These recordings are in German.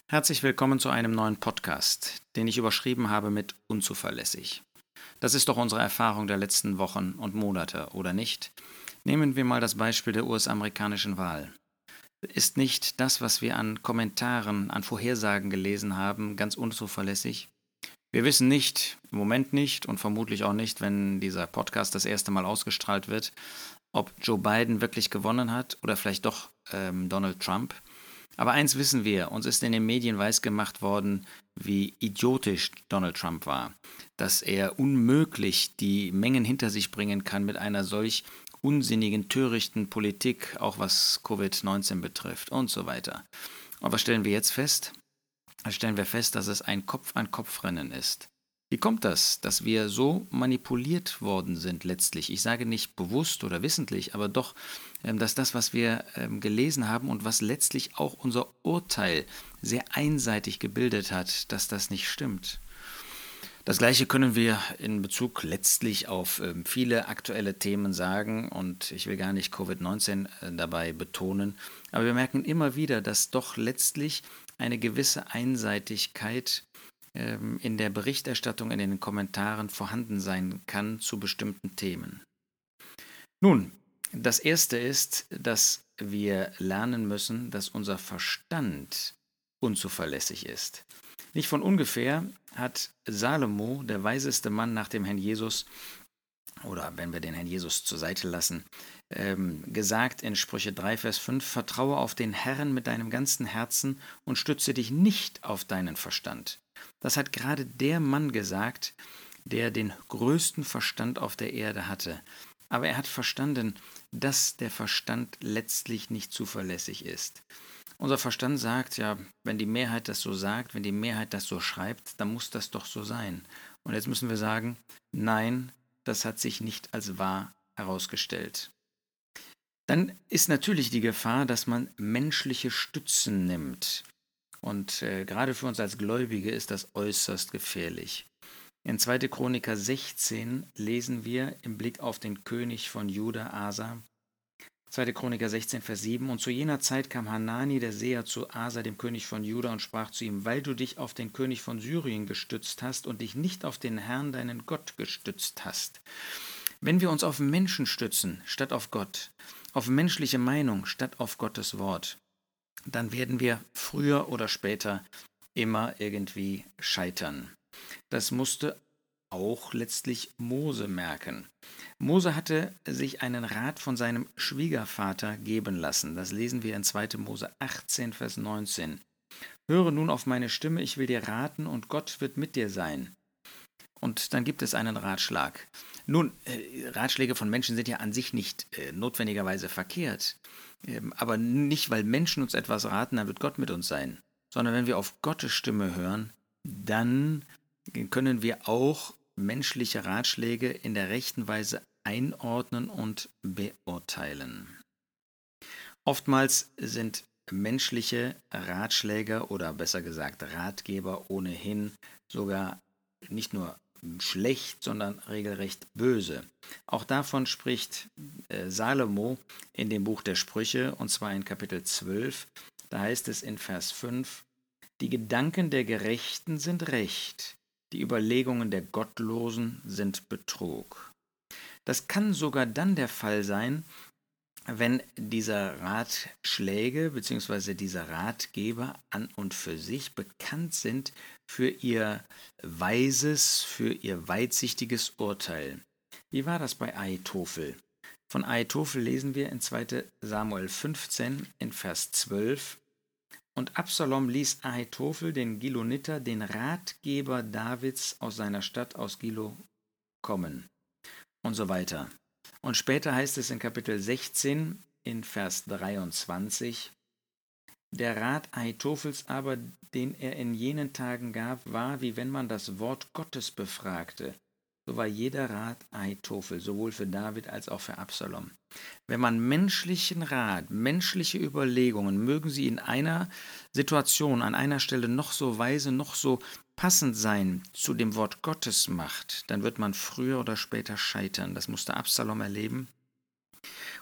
Herzlich willkommen zu einem neuen Podcast, den ich überschrieben habe mit unzuverlässig. Das ist doch unsere Erfahrung der letzten Wochen und Monate, oder nicht? Nehmen wir mal das Beispiel der US-amerikanischen Wahl. Ist nicht das, was wir an Kommentaren, an Vorhersagen gelesen haben, ganz unzuverlässig? Wir wissen nicht, im Moment nicht und vermutlich auch nicht, wenn dieser Podcast das erste Mal ausgestrahlt wird, ob Joe Biden wirklich gewonnen hat oder vielleicht doch Donald Trump. Aber eins wissen wir, uns ist in den Medien weisgemacht worden, wie idiotisch Donald Trump war, dass er unmöglich die Mengen hinter sich bringen kann mit einer solch unsinnigen, törichten Politik, auch was Covid-19 betrifft und so weiter. Und was stellen wir jetzt fest? Stellen wir fest, dass es ein Kopf-an-Kopf-Rennen ist. Wie kommt das, dass wir so manipuliert worden sind letztlich? Ich sage nicht bewusst oder wissentlich, aber doch, dass das, was wir gelesen haben und was letztlich auch unser Urteil sehr einseitig gebildet hat, dass das nicht stimmt. Das Gleiche können wir in Bezug letztlich auf viele aktuelle Themen sagen und ich will gar nicht Covid-19 dabei betonen, aber wir merken immer wieder, dass doch letztlich eine gewisse Einseitigkeit in der Berichterstattung, in den Kommentaren vorhanden sein kann zu bestimmten Themen. Nun, das Erste ist, dass wir lernen müssen, dass unser Verstand unzuverlässig ist. Nicht von ungefähr hat Salomo, der weiseste Mann nach dem Herrn Jesus, oder wenn wir den Herrn Jesus zur Seite lassen, gesagt in Sprüche 3, Vers 5, vertraue auf den Herrn mit deinem ganzen Herzen und stütze dich nicht auf deinen Verstand. Das hat gerade der Mann gesagt, der den größten Verstand auf der Erde hatte. Aber er hat verstanden, dass der Verstand letztlich nicht zuverlässig ist. Unser Verstand sagt, ja, wenn die Mehrheit das so sagt, wenn die Mehrheit das so schreibt, dann muss das doch so sein. Und jetzt müssen wir sagen, nein, das hat sich nicht als wahr herausgestellt. Dann ist natürlich die Gefahr, dass man menschliche Stützen nimmt. Und gerade für uns als Gläubige ist das äußerst gefährlich. In 2. Chroniker 16 lesen wir im Blick auf den König von Juda, Asa, 2. Chroniker 16, Vers 7, und zu jener Zeit kam Hanani, der Seher, zu Asa, dem König von Juda, und sprach zu ihm, weil du dich auf den König von Syrien gestützt hast und dich nicht auf den Herrn, deinen Gott, gestützt hast. Wenn wir uns auf Menschen stützen, statt auf Gott, auf menschliche Meinung, statt auf Gottes Wort, dann werden wir früher oder später immer irgendwie scheitern. Das musste auch letztlich Mose merken. Mose hatte sich einen Rat von seinem Schwiegervater geben lassen. Das lesen wir in 2. Mose 18, Vers 19. Höre nun auf meine Stimme, ich will dir raten und Gott wird mit dir sein. Und dann gibt es einen Ratschlag. Nun, Ratschläge von Menschen sind ja an sich nicht notwendigerweise verkehrt. Aber nicht, weil Menschen uns etwas raten, dann wird Gott mit uns sein. Sondern wenn wir auf Gottes Stimme hören, dann können wir auch menschliche Ratschläge in der rechten Weise einordnen und beurteilen. Oftmals sind menschliche Ratschläge oder besser gesagt Ratgeber ohnehin sogar nicht nur schlecht, sondern regelrecht böse. Auch davon spricht Salomo in dem Buch der Sprüche, und zwar in Kapitel 12. Da heißt es in Vers 5, die Gedanken der Gerechten sind Recht, die Überlegungen der Gottlosen sind Betrug. Das kann sogar dann der Fall sein, wenn diese Ratschläge bzw. diese Ratgeber an und für sich bekannt sind für ihr weises, für ihr weitsichtiges Urteil. Wie war das bei Ahitophel? Von Ahitophel lesen wir in 2. Samuel 15 in Vers 12. Und Absalom ließ Ahitophel, den Giloniter, den Ratgeber Davids aus seiner Stadt aus Gilo kommen. Und so weiter. Und später heißt es in Kapitel 16 in Vers 23, der Rat Ahitophels aber, den er in jenen Tagen gab, war, wie wenn man das Wort Gottes befragte. So war jeder Rat Ahitophel, sowohl für David als auch für Absalom. Wenn man menschlichen Rat, menschliche Überlegungen, mögen sie in einer Situation, an einer Stelle noch so weise, noch so passend sein, zu dem Wort Gottes macht, dann wird man früher oder später scheitern. Das musste Absalom erleben.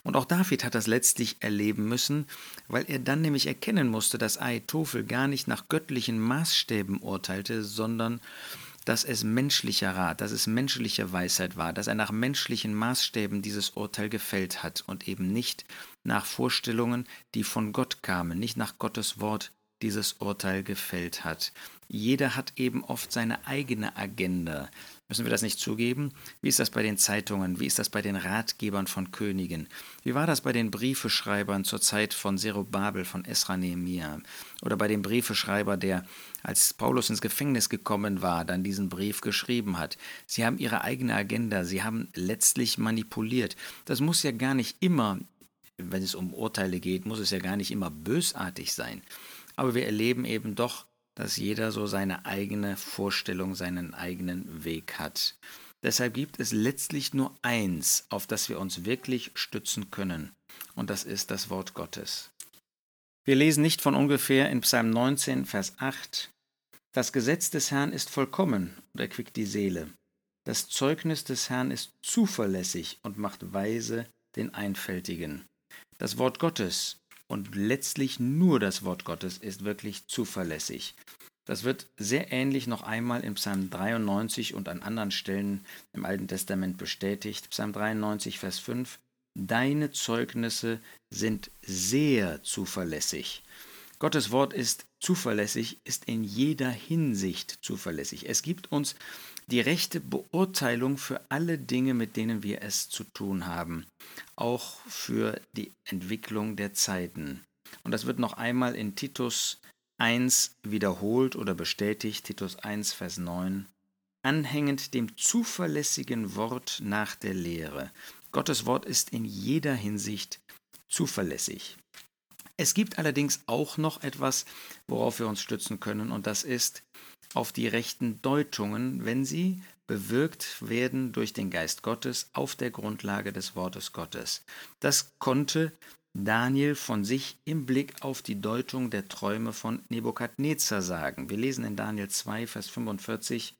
Und auch David hat das letztlich erleben müssen, weil er dann nämlich erkennen musste, dass Ahitophel gar nicht nach göttlichen Maßstäben urteilte, sondern dass es menschlicher Rat, dass es menschliche Weisheit war, dass er nach menschlichen Maßstäben dieses Urteil gefällt hat und eben nicht nach Vorstellungen, die von Gott kamen, nicht nach Gottes Wort dieses Urteil gefällt hat. Jeder hat eben oft seine eigene Agenda. Müssen wir das nicht zugeben? Wie ist das bei den Zeitungen? Wie ist das bei den Ratgebern von Königen? Wie war das bei den Briefeschreibern zur Zeit von Zerubabel, von Esra Nehemia? Oder bei dem Briefeschreiber, der, als Paulus ins Gefängnis gekommen war, dann diesen Brief geschrieben hat? Sie haben ihre eigene Agenda, sie haben letztlich manipuliert. Das muss ja gar nicht immer, wenn es um Urteile geht, muss es ja gar nicht immer bösartig sein. Aber wir erleben eben doch, dass jeder so seine eigene Vorstellung, seinen eigenen Weg hat. Deshalb gibt es letztlich nur eins, auf das wir uns wirklich stützen können, und das ist das Wort Gottes. Wir lesen nicht von ungefähr in Psalm 19, Vers 8: Das Gesetz des Herrn ist vollkommen und erquickt die Seele. Das Zeugnis des Herrn ist zuverlässig und macht weise den Einfältigen. Das Wort Gottes, und letztlich nur das Wort Gottes, ist wirklich zuverlässig. Das wird sehr ähnlich noch einmal in Psalm 93 und an anderen Stellen im Alten Testament bestätigt. Psalm 93, Vers 5: Deine Zeugnisse sind sehr zuverlässig. Gottes Wort ist zuverlässig, ist in jeder Hinsicht zuverlässig. Es gibt uns die rechte Beurteilung für alle Dinge, mit denen wir es zu tun haben, auch für die Entwicklung der Zeiten. Und das wird noch einmal in Titus 1 wiederholt oder bestätigt, Titus 1, Vers 9, anhängend dem zuverlässigen Wort nach der Lehre. Gottes Wort ist in jeder Hinsicht zuverlässig. Es gibt allerdings auch noch etwas, worauf wir uns stützen können, und das ist auf die rechten Deutungen, wenn sie bewirkt werden durch den Geist Gottes auf der Grundlage des Wortes Gottes. Das konnte Daniel von sich im Blick auf die Deutung der Träume von Nebukadnezar sagen. Wir lesen in Daniel 2, Vers 45,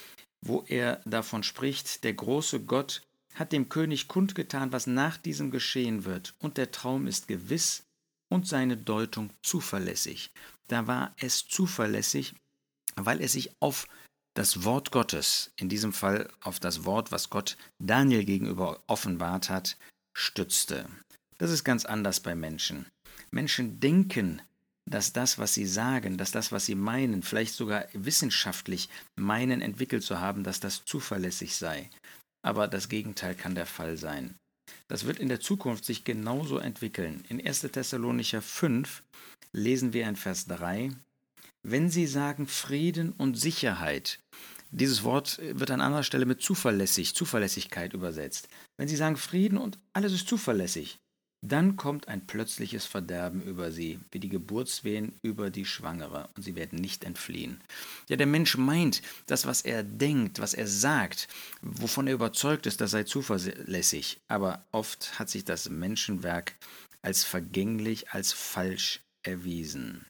wo er davon spricht: Der große Gott hat dem König kundgetan, was nach diesem geschehen wird, und der Traum ist gewiss und seine Deutung zuverlässig. Da war es zuverlässig, weil es sich auf das Wort Gottes, in diesem Fall auf das Wort, was Gott Daniel gegenüber offenbart hat, stützte. Das ist ganz anders bei Menschen. Menschen denken, dass das, was sie sagen, dass das, was sie meinen, vielleicht sogar wissenschaftlich meinen, entwickelt zu haben, dass das zuverlässig sei. Aber das Gegenteil kann der Fall sein. Das wird in der Zukunft sich genauso entwickeln. In 1. Thessalonicher 5 lesen wir in Vers 3: Wenn sie sagen Frieden und Sicherheit, dieses Wort wird an anderer Stelle mit Zuverlässigkeit übersetzt. Wenn sie sagen Frieden und alles ist zuverlässig, dann kommt ein plötzliches Verderben über sie, wie die Geburtswehen über die Schwangere, und sie werden nicht entfliehen. Ja, der Mensch meint, das, was er denkt, was er sagt, wovon er überzeugt ist, das sei zuverlässig, aber oft hat sich das Menschenwerk als vergänglich, als falsch erwiesen.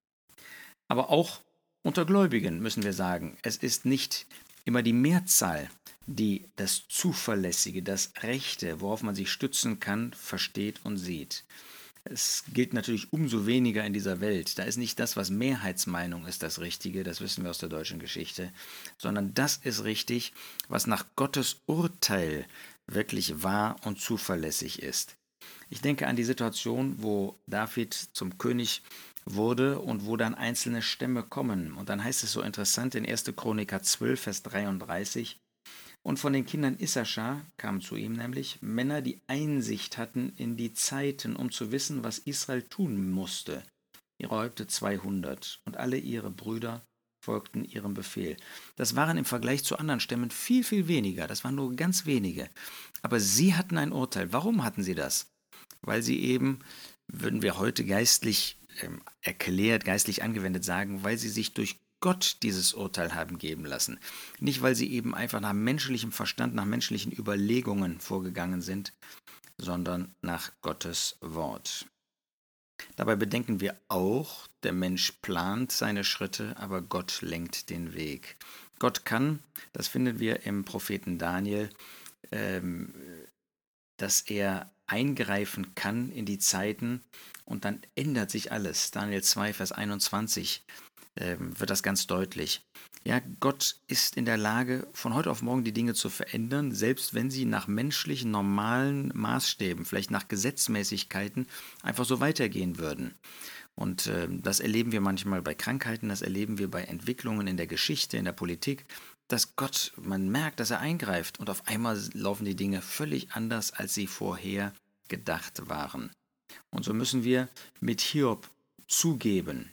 Aber auch unter Gläubigen müssen wir sagen, es ist nicht immer die Mehrzahl, die das Zuverlässige, das Rechte, worauf man sich stützen kann, versteht und sieht. Es gilt natürlich umso weniger in dieser Welt. Da ist nicht das, was Mehrheitsmeinung ist, das Richtige, das wissen wir aus der deutschen Geschichte, sondern das ist richtig, was nach Gottes Urteil wirklich wahr und zuverlässig ist. Ich denke an die Situation, wo David zum König wurde und wo dann einzelne Stämme kommen. Und dann heißt es so interessant in 1. Chroniker 12, Vers 33: Und von den Kindern Issaschar kamen zu ihm nämlich Männer, die Einsicht hatten in die Zeiten, um zu wissen, was Israel tun musste. Ihre Häupter 200 und alle ihre Brüder folgten ihrem Befehl. Das waren im Vergleich zu anderen Stämmen viel, viel weniger. Das waren nur ganz wenige. Aber sie hatten ein Urteil. Warum hatten sie das? Weil sie eben, würden wir heute geistlich erklärt, geistlich angewendet sagen, weil sie sich durch Gott dieses Urteil haben geben lassen. Nicht, weil sie eben einfach nach menschlichem Verstand, nach menschlichen Überlegungen vorgegangen sind, sondern nach Gottes Wort. Dabei bedenken wir auch, der Mensch plant seine Schritte, aber Gott lenkt den Weg. Gott kann, das finden wir im Propheten Daniel, dass er eingreifen kann in die Zeiten und dann ändert sich alles. Daniel 2, Vers 21 wird das ganz deutlich. Ja, Gott ist in der Lage, von heute auf morgen die Dinge zu verändern, selbst wenn sie nach menschlichen, normalen Maßstäben, vielleicht nach Gesetzmäßigkeiten, einfach so weitergehen würden. Und das erleben wir manchmal bei Krankheiten, das erleben wir bei Entwicklungen in der Geschichte, in der Politik, dass Gott, man merkt, dass er eingreift und auf einmal laufen die Dinge völlig anders, als sie vorher gedacht waren. Und so müssen wir mit Hiob zugeben,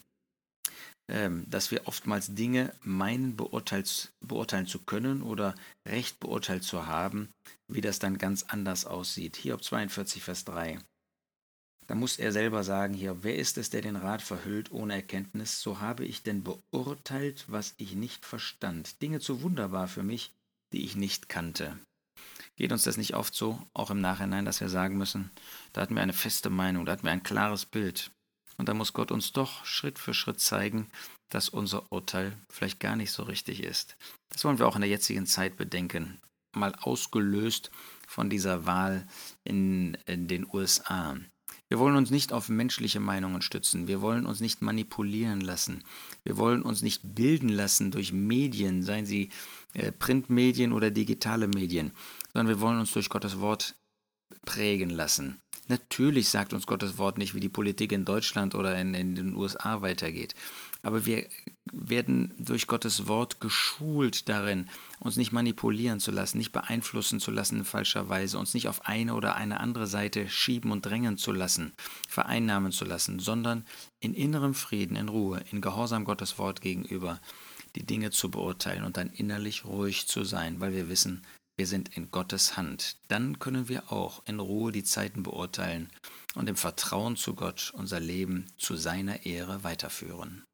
dass wir oftmals Dinge meinen, beurteilen zu können oder recht beurteilt zu haben, wie das dann ganz anders aussieht. Hiob 42, Vers 3. Da muss er selber sagen hier, wer ist es, der den Rat verhüllt ohne Erkenntnis? So habe ich denn beurteilt, was ich nicht verstand. Dinge zu wunderbar für mich, die ich nicht kannte. Geht uns das nicht oft so, auch im Nachhinein, dass wir sagen müssen, da hatten wir eine feste Meinung, da hatten wir ein klares Bild. Und da muss Gott uns doch Schritt für Schritt zeigen, dass unser Urteil vielleicht gar nicht so richtig ist. Das wollen wir auch in der jetzigen Zeit bedenken. Mal ausgelöst von dieser Wahl in den USA. Wir wollen uns nicht auf menschliche Meinungen stützen. Wir wollen uns nicht manipulieren lassen. Wir wollen uns nicht bilden lassen durch Medien, seien sie Printmedien oder digitale Medien, sondern wir wollen uns durch Gottes Wort prägen lassen. Natürlich sagt uns Gottes Wort nicht, wie die Politik in Deutschland oder in den USA weitergeht. Aber wir werden durch Gottes Wort geschult darin, uns nicht manipulieren zu lassen, nicht beeinflussen zu lassen in falscher Weise, uns nicht auf eine oder eine andere Seite schieben und drängen zu lassen, vereinnahmen zu lassen, sondern in innerem Frieden, in Ruhe, in Gehorsam Gottes Wort gegenüber die Dinge zu beurteilen und dann innerlich ruhig zu sein, weil wir wissen, wir sind in Gottes Hand. Dann können wir auch in Ruhe die Zeiten beurteilen und im Vertrauen zu Gott unser Leben zu seiner Ehre weiterführen.